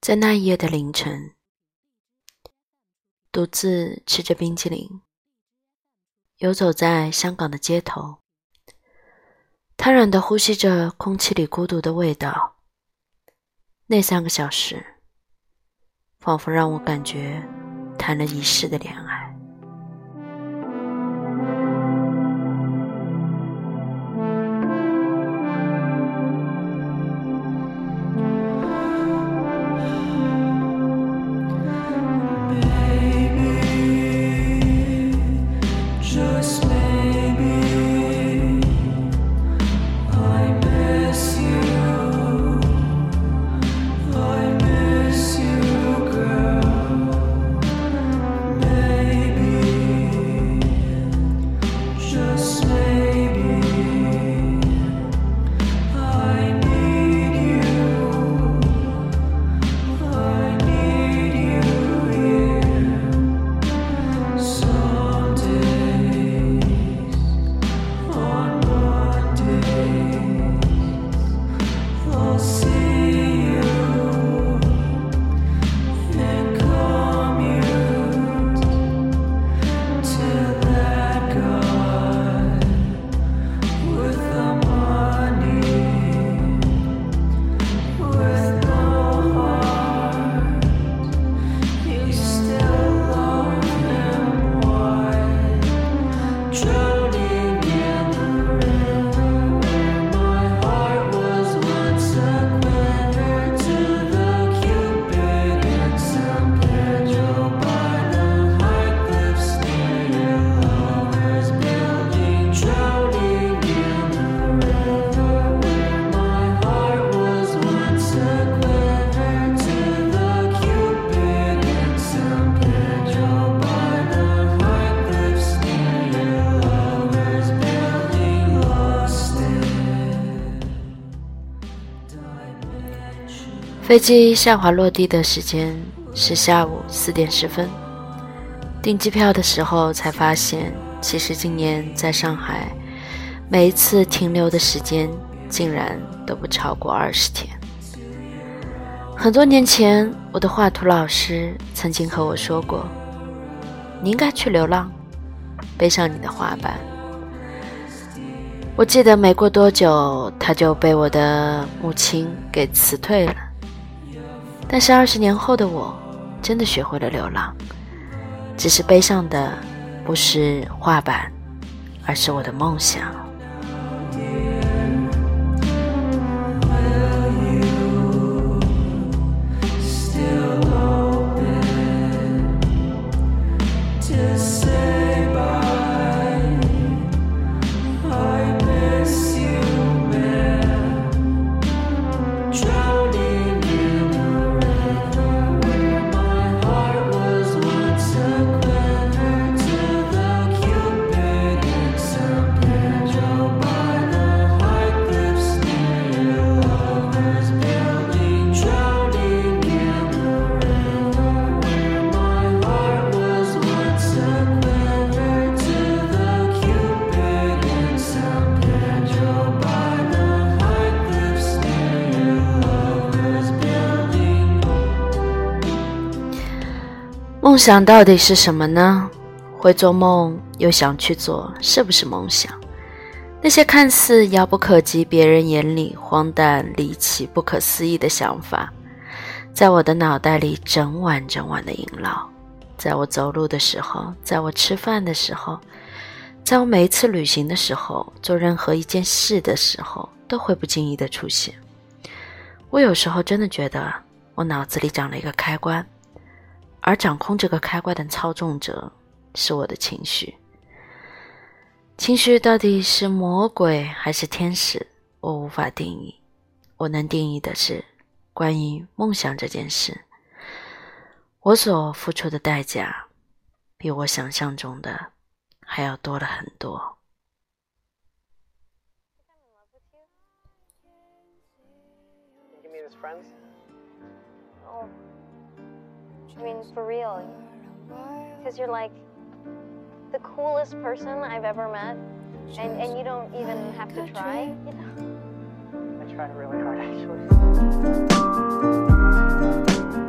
在那一夜的凌晨，独自吃着冰淇淋，游走在香港的街头，贪婪地呼吸着空气里孤独的味道。那3个小时，仿佛让我感觉谈了一世的恋爱。飞机下滑落地的时间是下午4点10分。订机票的时候才发现，其实今年在上海每一次停留的时间竟然都不超过20天。很多年前，我的画图老师曾经和我说过，你应该去流浪，背上你的画板。我记得没过多久，他就被我的母亲给辞退了。但是20年后的我，真的学会了流浪，只是背上的不是画板，而是我的梦想。梦想到底是什么呢？会做梦又想去做，是不是梦想？那些看似遥不可及，别人眼里荒诞离奇不可思议的想法，在我的脑袋里整晚整晚的萦绕。在我走路的时候，在我吃饭的时候，在我每一次旅行的时候，做任何一件事的时候，都会不经意的出现。我有时候真的觉得我脑子里长了一个开关，而掌控这个开关的操纵者是我的情绪。情绪到底是魔鬼还是天使，我无法定义。我能定义的是，关于梦想这件事，我所付出的代价比我想象中的还要多了很多。 I mean, for real. Because you're like the coolest person I've ever met. And you don't even have to try, you know? I try really hard, actually.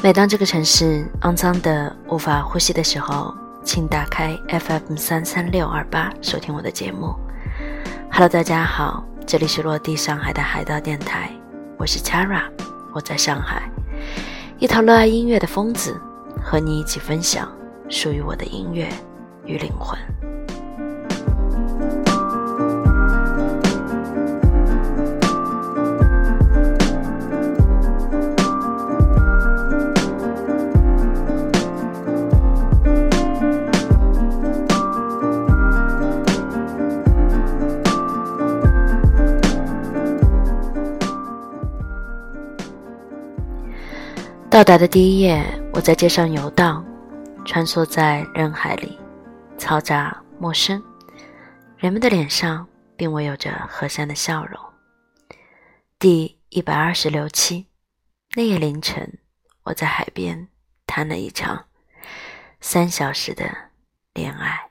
每当这个城市肮脏的无法呼吸的时候，请打开 FM33628 收听我的节目。Hello， 大家好，这里是落地上海的海盗电台，我是 Chara， 我在上海，一头热爱音乐的疯子，和你一起分享属于我的音乐与灵魂。到达的第一夜，我在街上游荡，穿梭在人海里，嘈杂陌生，人们的脸上并未有着和善的笑容。第126期，那夜凌晨，我在海边谈了一场3小时的恋爱。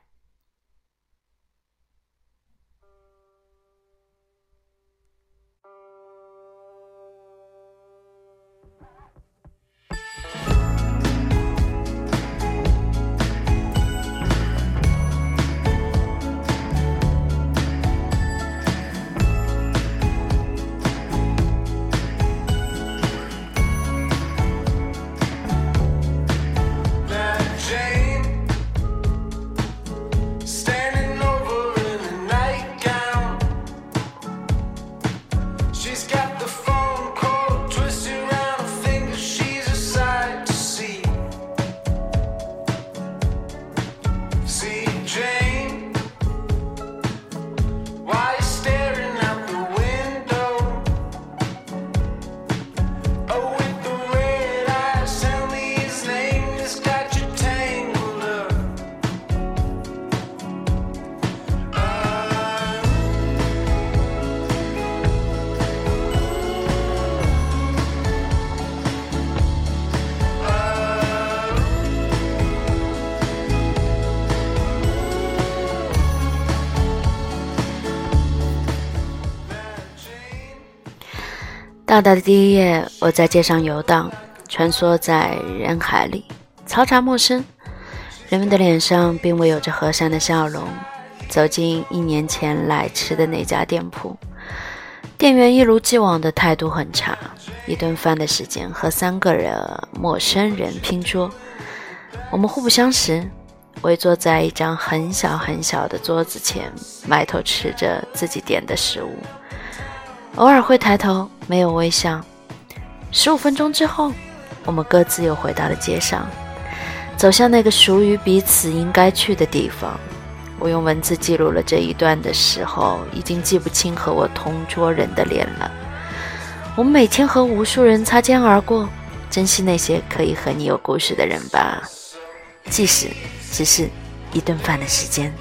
到达的第一夜，我在街上游荡，穿梭在人海里，嘈杂陌生，人们的脸上并未有着和善的笑容。走进1年前来吃的那家店铺，店员一如既往的态度很差，一顿饭的时间和3个陌生人拼桌。我们互不相识，围坐在一张很小很小的桌子前，埋头吃着自己点的食物，偶尔会抬头，没有微笑。15分钟之后，我们各自又回到了街上，走向那个属于彼此应该去的地方。我用文字记录了这一段的时候，已经记不清和我同桌人的脸了。我们每天和无数人擦肩而过，珍惜那些可以和你有故事的人吧，即使只是一顿饭的时间。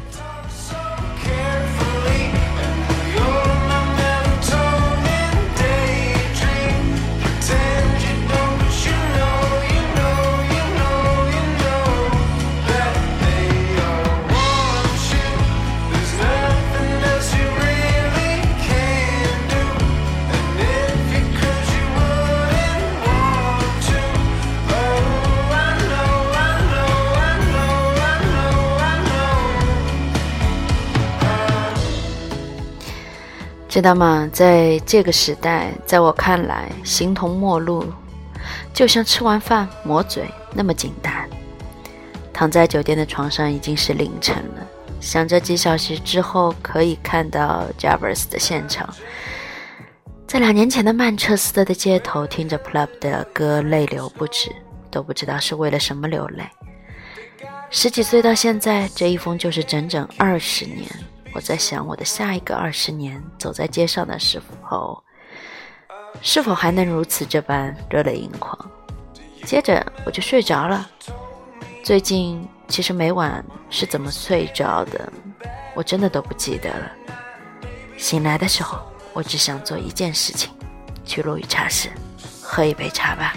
知道吗？在这个时代，在我看来，形同陌路，就像吃完饭抹嘴那么简单。躺在酒店的床上已经是凌晨了，想着几小时之后可以看到 Javers 的现场，在2年前的曼彻斯特的街头听着 Plub 的歌泪流不止，都不知道是为了什么流泪。10几岁到现在，这一封就是整整20年。我在想，我的下一个20年走在街上的时候，是否还能如此这般热泪盈眶？接着我就睡着了。最近其实每晚是怎么睡着的，我真的都不记得了。醒来的时候，我只想做一件事情，去陆羽茶室喝一杯茶吧。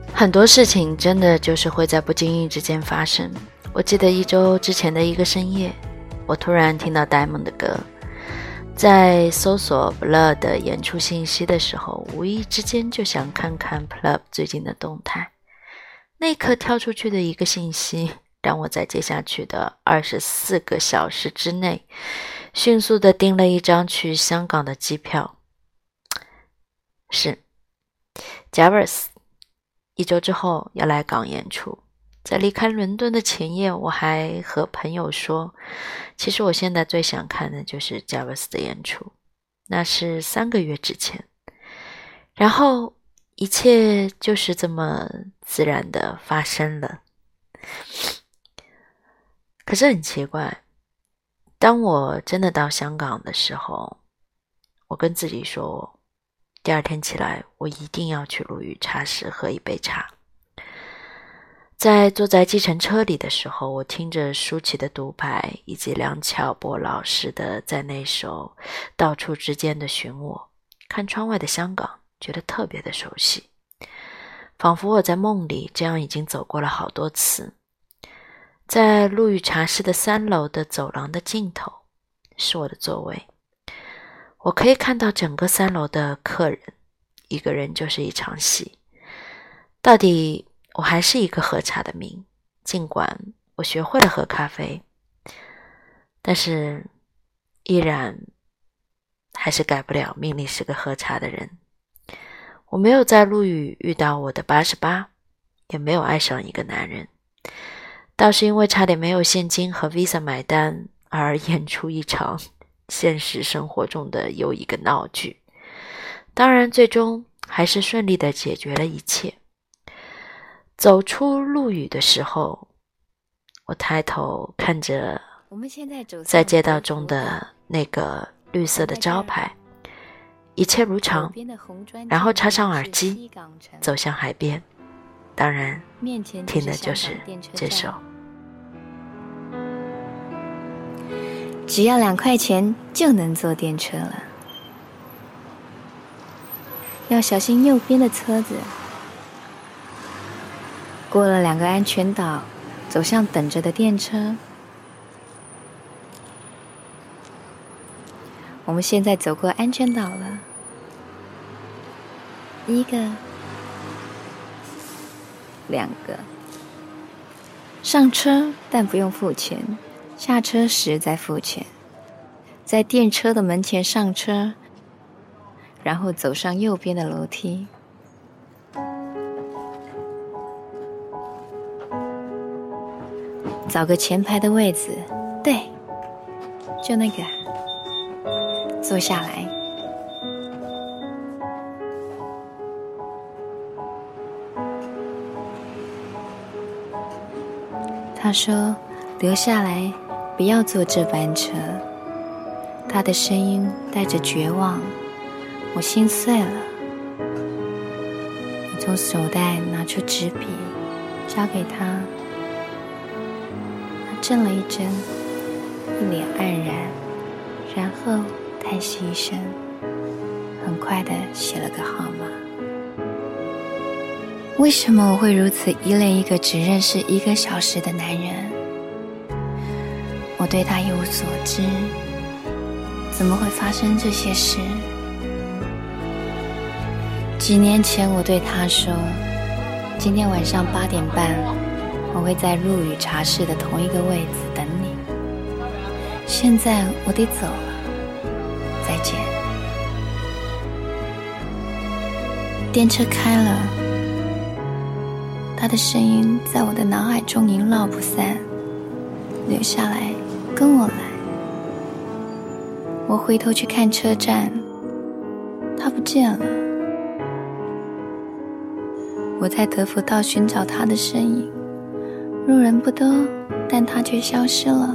很多事情真的就是会在不经意之间发生。我记得1周之前的一个深夜，我突然听到 Diamond 的歌，在搜索 Blur 的演出信息的时候，无意之间就想看看 Blur 最近的动态。那一刻跳出去的一个信息，让我在接下去的24个小时之内，迅速地订了一张去香港的机票。是 Javers 1周之后要来港演出。在离开伦敦的前夜，我还和朋友说，其实我现在最想看的就是 Javers 的演出，那是3个月之前。然后一切就是这么自然的发生了。可是很奇怪，当我真的到香港的时候，我跟自己说，第二天起来我一定要去陆羽茶室喝一杯茶。在坐在计程车里的时候，我听着舒淇的独白以及梁巧波老师的在那首到处之间的寻我，看窗外的香港，觉得特别的熟悉，仿佛我在梦里这样已经走过了好多次。在陆羽茶室的3楼的走廊的尽头是我的座位，我可以看到整个3楼的客人，一个人就是一场戏。到底我还是一个喝茶的命，尽管我学会了喝咖啡，但是依然还是改不了命里是个喝茶的人。我没有在陆羽遇到我的88，也没有爱上一个男人，倒是因为差点没有现金和 Visa 买单而演出一场现实生活中的又一个闹剧。当然最终还是顺利地解决了一切。走出陆羽的时候，我抬头看着在街道中的那个绿色的招牌，一切如常，然后插上耳机走向海边，当然听的就是这首。 只要2块钱就能坐电车了，要小心右边的车子。过了2个安全岛，走向等着的电车。我们现在走过安全岛了，1个2个，上车但不用付钱，下车时再付钱。在电车的门前上车，然后走上右边的楼梯。找个前排的位子，对，就那个，坐下来。他说留下来，不要坐这班车。他的声音带着绝望，我心碎了。我从手袋拿出纸笔，交给他。他怔了一怔，一脸黯然，然后叹息一声，很快地写了个号码。为什么我会如此依恋一个只认识1个小时的男人？我对他一无所知，怎么会发生这些事？几年前我对他说，今天晚上8点半我会在陆羽茶室的同一个位子等你。现在我得走了，再见。电车开了，他的声音在我的脑海中萦绕不散，留下来，跟我来。我回头去看车站，他不见了。我在德福道寻找他的身影，路人不多，但他却消失了。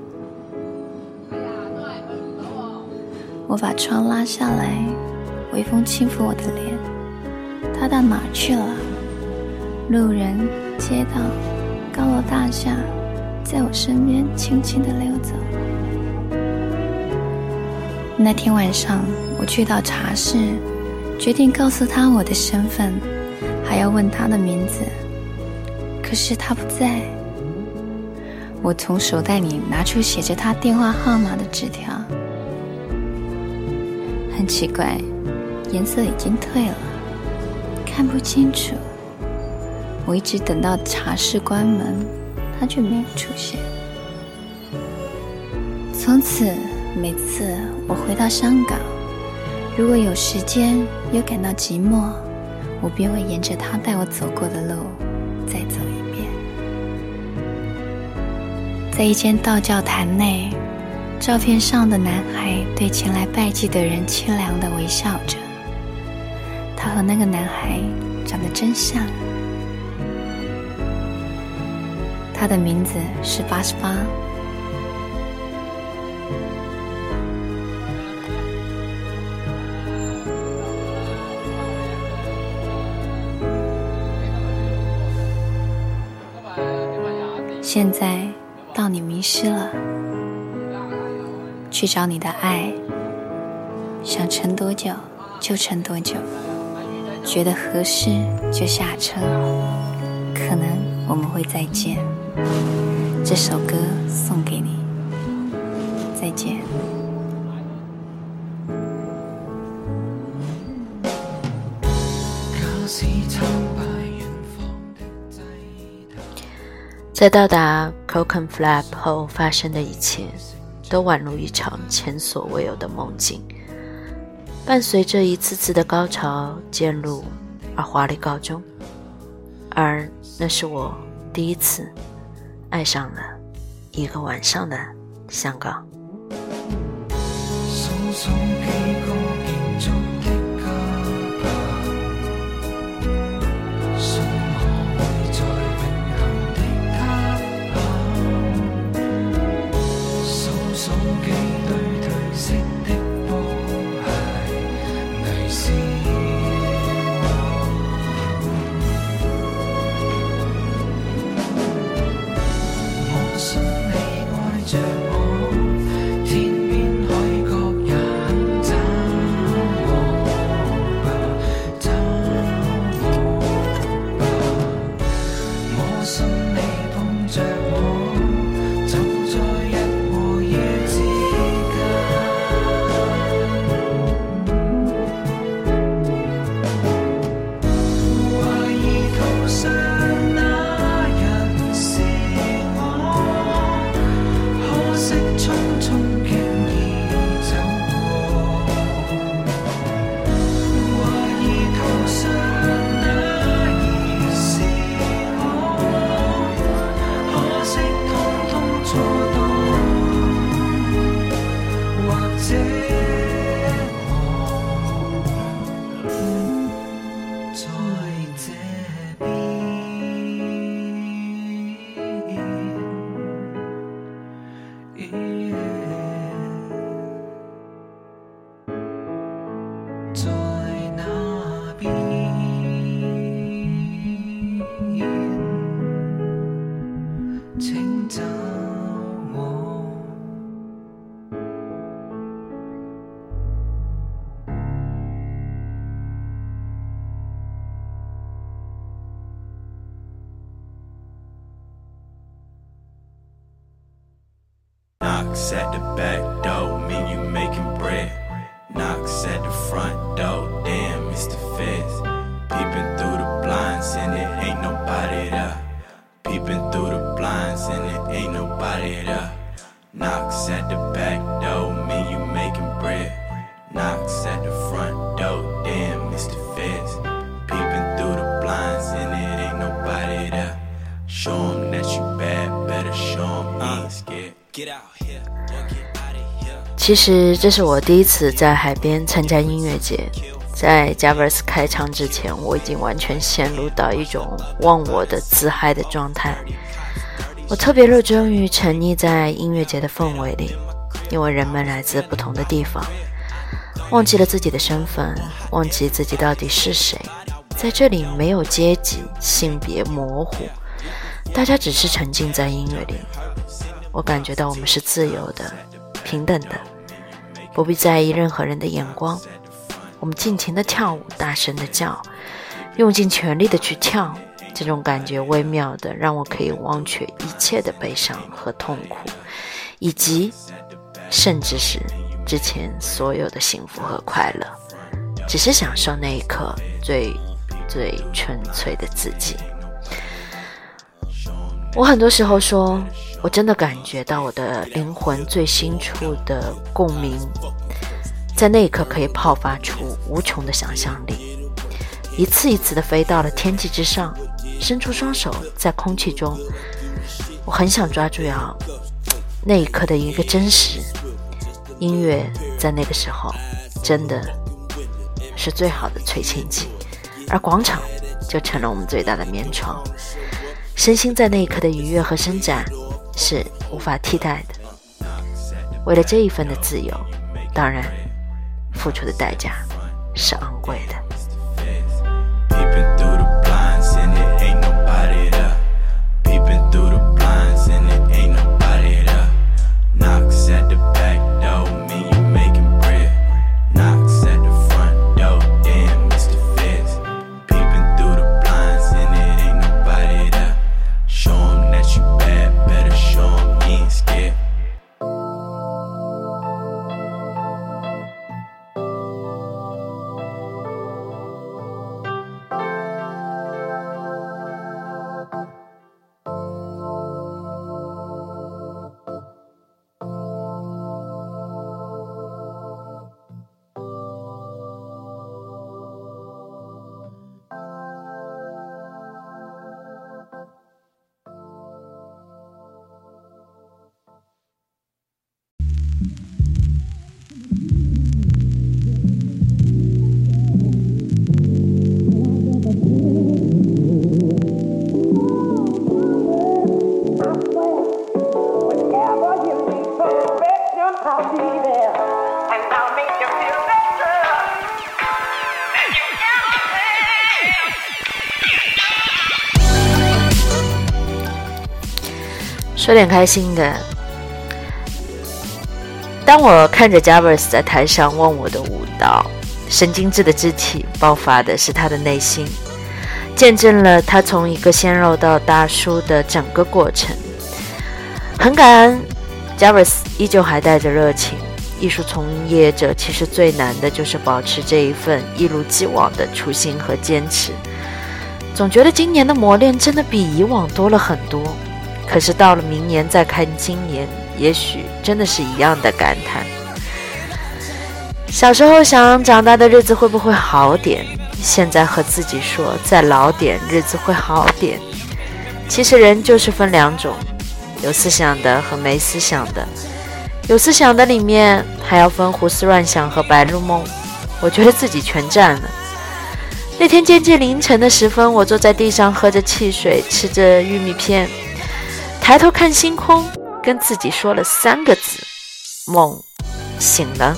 我把窗拉下来，微风轻拂我的脸。他到哪儿去了？路人、街道、高楼大厦，在我身边轻轻地溜走。那天晚上，我去到茶室，决定告诉他我的身份，还还要问他的名字，可是他不在。我从手袋里拿出写着他电话号码的纸条，很奇怪，颜色已经褪了，看不清楚。我一直等到茶室关门，他却没有出现。从此每次我回到香港，如果有时间又感到寂寞，我便会沿着他带我走过的路再走一遍。在一间道教坛内，照片上的男孩对前来拜祭的人清凉地微笑着，他和那个男孩长得真像。他的名字是88。现在到你迷失了，去找你的爱，想撑多久就撑多久，觉得合适就下车，可能我们会再见。这首歌送给你，再见。 在到达 Clockenflap 后发生的一切都宛如一场前所未有的梦境，伴随着一次次的高潮渐入而华丽告终，而那是我第一次爱上了一个晚上的香港。 Knocks at the back door, mean you making bread. Knocks at the front door, damn, it's the feds. Peeping through the blinds and it ain't nobody there. Peeping through the blinds and it ain't nobody there. Knocks at the back door, mean you making bread. Knocks at the front door, damn, it's the feds. Peeping through the blinds and it ain't nobody there. Show 'em that you bad, better show 'em you ain't scared. 其实这是我第一次在海边参加音乐节，在 Javers 开唱之前，我已经完全陷入到一种忘我的自嗨的状态。我特别热衷于沉溺在音乐节的氛围里，因为人们来自不同的地方，忘记了自己的身份，忘记自己到底是谁。在这里没有阶级、性别模糊，大家只是沉浸在音乐里。我感觉到我们是自由的、平等的，不必在意任何人的眼光。我们尽情地跳舞，大声地叫， 用尽全力的去跳，这种感觉微妙的让我可以忘却一切的悲伤和痛苦，以及甚至是之前所有的幸福和快乐，只是享受那一刻最纯粹的自己。我很多时候说，我真的感觉到我的灵魂最深处的共鸣，在那一刻可以爆发出无穷的想象力，一次一次地飞到了天际之上，伸出双手在空气中。我很想抓住那一刻的一个真实。音乐在那个时候真的是最好的催情剂，而广场就成了我们最大的面窗。身心在那一刻的愉悦和伸展是无法替代的。为了这一份的自由，当然付出的代价是昂贵的。说点开心的，当我看着 Javers 在台上忘我的舞蹈，神经质的肢体爆发的是他的内心，见证了他从一个鲜肉到大叔的整个过程。很感恩 Javers 依旧还带着热情。艺术从业者其实最难的就是保持这一份一如既往的初心和坚持。总觉得今年的磨练真的比以往多了很多，可是到了明年再看今年，也许真的是一样的感叹。小时候想长大的日子会不会好点，现在和自己说再老点日子会好点。其实人就是分两种，有思想的和没思想的。有思想的里面还要分胡思乱想和白日梦，我觉得自己全占了。那天渐渐凌晨的时分，我坐在地上喝着汽水，吃着玉米片，抬头看星空，跟自己说了3个字：梦醒了。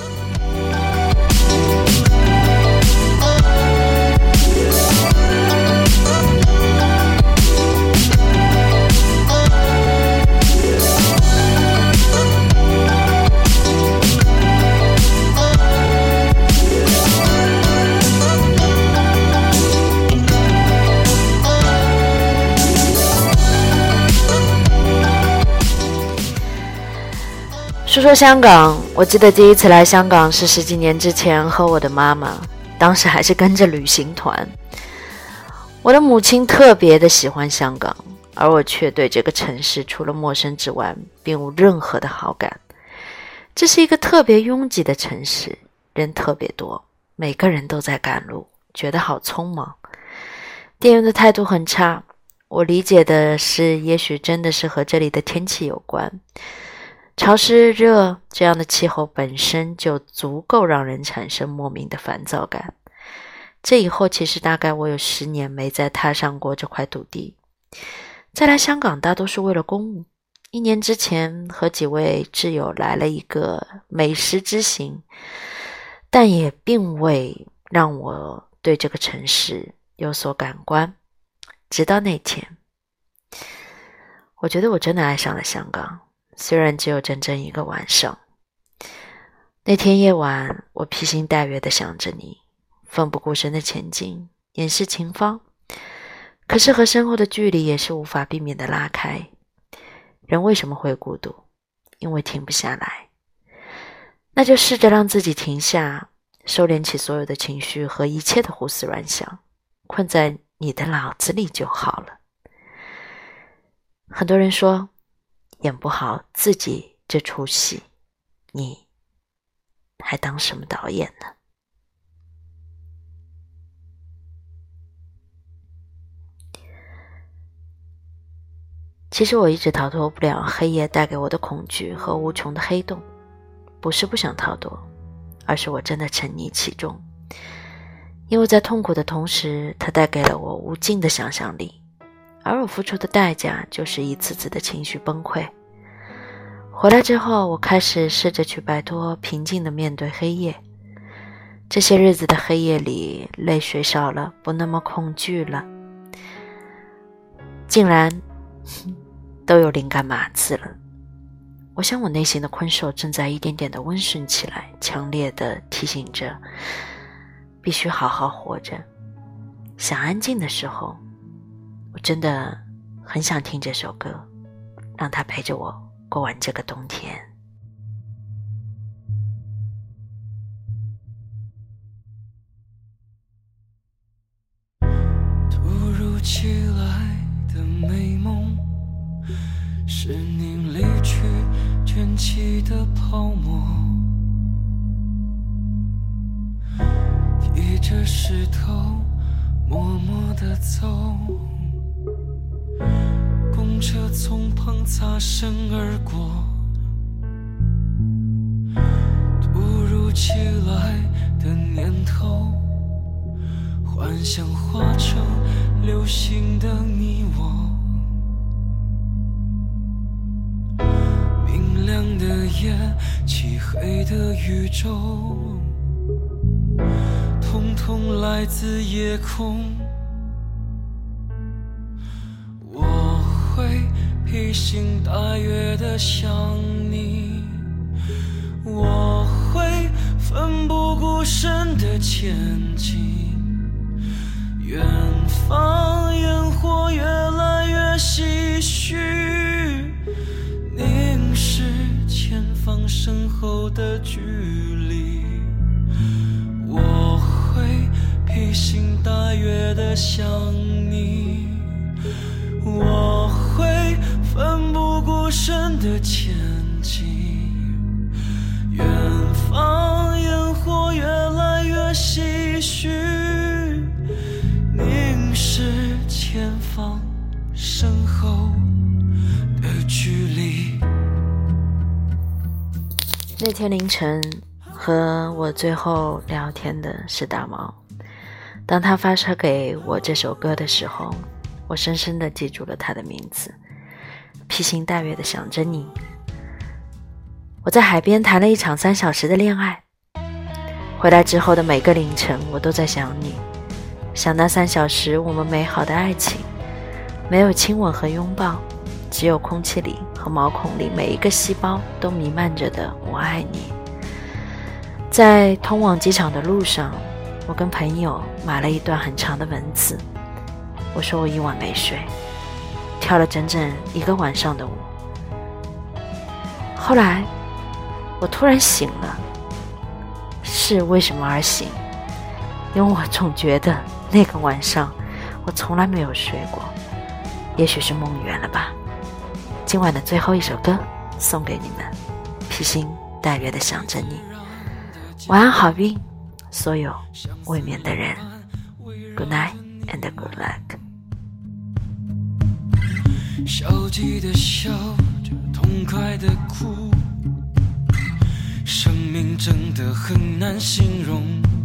说说香港，我记得第一次来香港是10几年之前，和我的妈妈，当时还是跟着旅行团。我的母亲特别的喜欢香港，而我却对这个城市除了陌生之外并无任何的好感。这是一个特别拥挤的城市，人特别多，每个人都在赶路，觉得好匆忙。店员的态度很差，我理解的是也许真的是和这里的天气有关。潮湿热这样的气候本身就足够让人产生莫名的烦躁感。这以后其实大概我有10年没再踏上过这块土地。再来香港大多是为了公务。1年之前和几位挚友来了一个美食之行，但也并未让我对这个城市有所感官。直到那天，我觉得我真的爱上了香港。虽然只有整整1个晚上，那天夜晚，我披星戴月地想着你，奋不顾身地前进， 掩饰情方，可是和身后的距离也是无法避免的拉开。人为什么会孤独？因为停不下来。那就试着让自己停下，收敛起所有的情绪和一切的胡思乱想，困在你的脑子里就好了。很多人说演不好自己这出戏，你还当什么导演呢？其实我一直逃脱不了黑夜带给我的恐惧和无穷的黑洞，不是不想逃脱，而是我真的沉溺其中。因为在痛苦的同时，它带给了我无尽的想象力，而我付出的代价就是一次次的情绪崩溃。回来之后，我开始试着去摆脱，平静地面对黑夜。这些日子的黑夜里，泪水少了，不那么恐惧了，竟然都有灵感码字了。我想我内心的困兽正在一点点的温顺起来，强烈的提醒着必须好好活着。想安静的时候，我真的很想听这首歌，让它陪着我过完这个冬天。 突如其来的美梦，是您离去卷起的泡沫，提着石头默默地走，公车从旁擦身而过，突如其来的念头，幻想化成流星的你我，明亮的夜，漆黑的宇宙，统统来自夜空。我会披星戴月地想你，我会奋不顾身地前进，远方烟火越来越唏嘘，凝视前方身后的距离。我会披星戴月地想你，我会奋不顾身地前进，远方烟火越来越唏嘘，凝视前方身后的距离。 那天凌晨和我最后聊天的是大毛，当他发射给我这首歌的时候，我深深地记住了他的名字，披星戴月地想着你。我在海边谈了一场3小时的恋爱，回来之后的每个凌晨我都在想你，想那3小时我们美好的爱情，没有亲吻和拥抱，只有空气里和毛孔里每一个细胞都弥漫着的我爱你。在通往机场的路上，我跟朋友码了一段很长的文字，我说我一晚没睡，跳了整整1个晚上的舞。后来我突然醒了，是为什么而醒？因为我总觉得那个晚上我从来没有睡过，也许是梦圆了吧。今晚的最后一首歌送给你们，披星戴月地想着你。晚安好运，所有未眠的人。 Good night and good luck。 消极的笑着，痛快的哭，生命真的很难形容，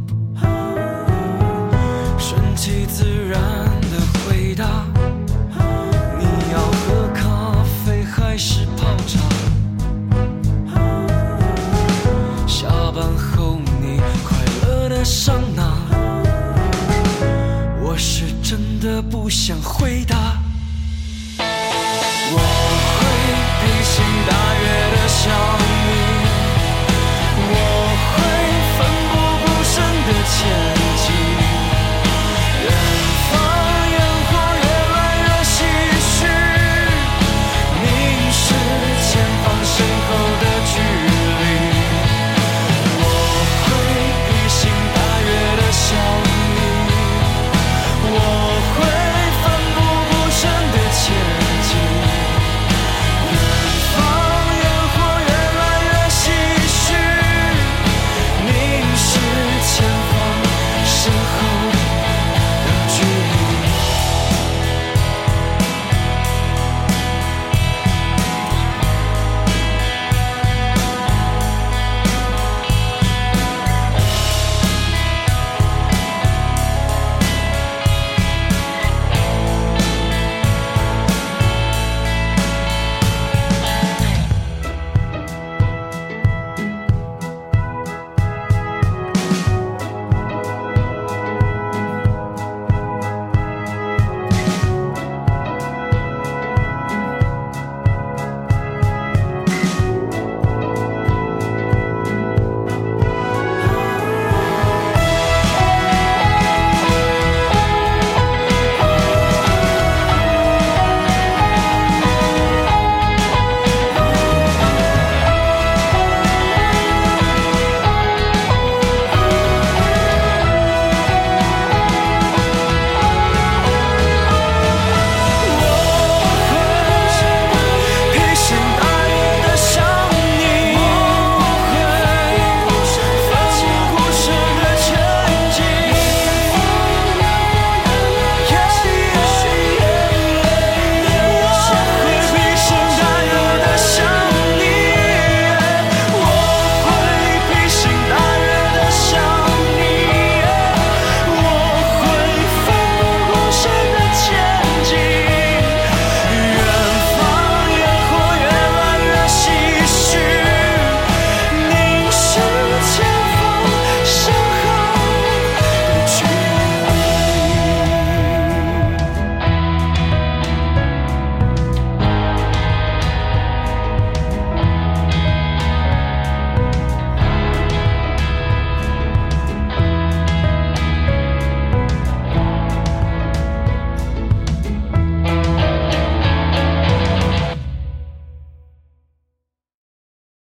顺其自然的回答，你要喝咖啡还是泡茶？下班后你快乐的上哪？我是真的不想回答。我会披星戴月的想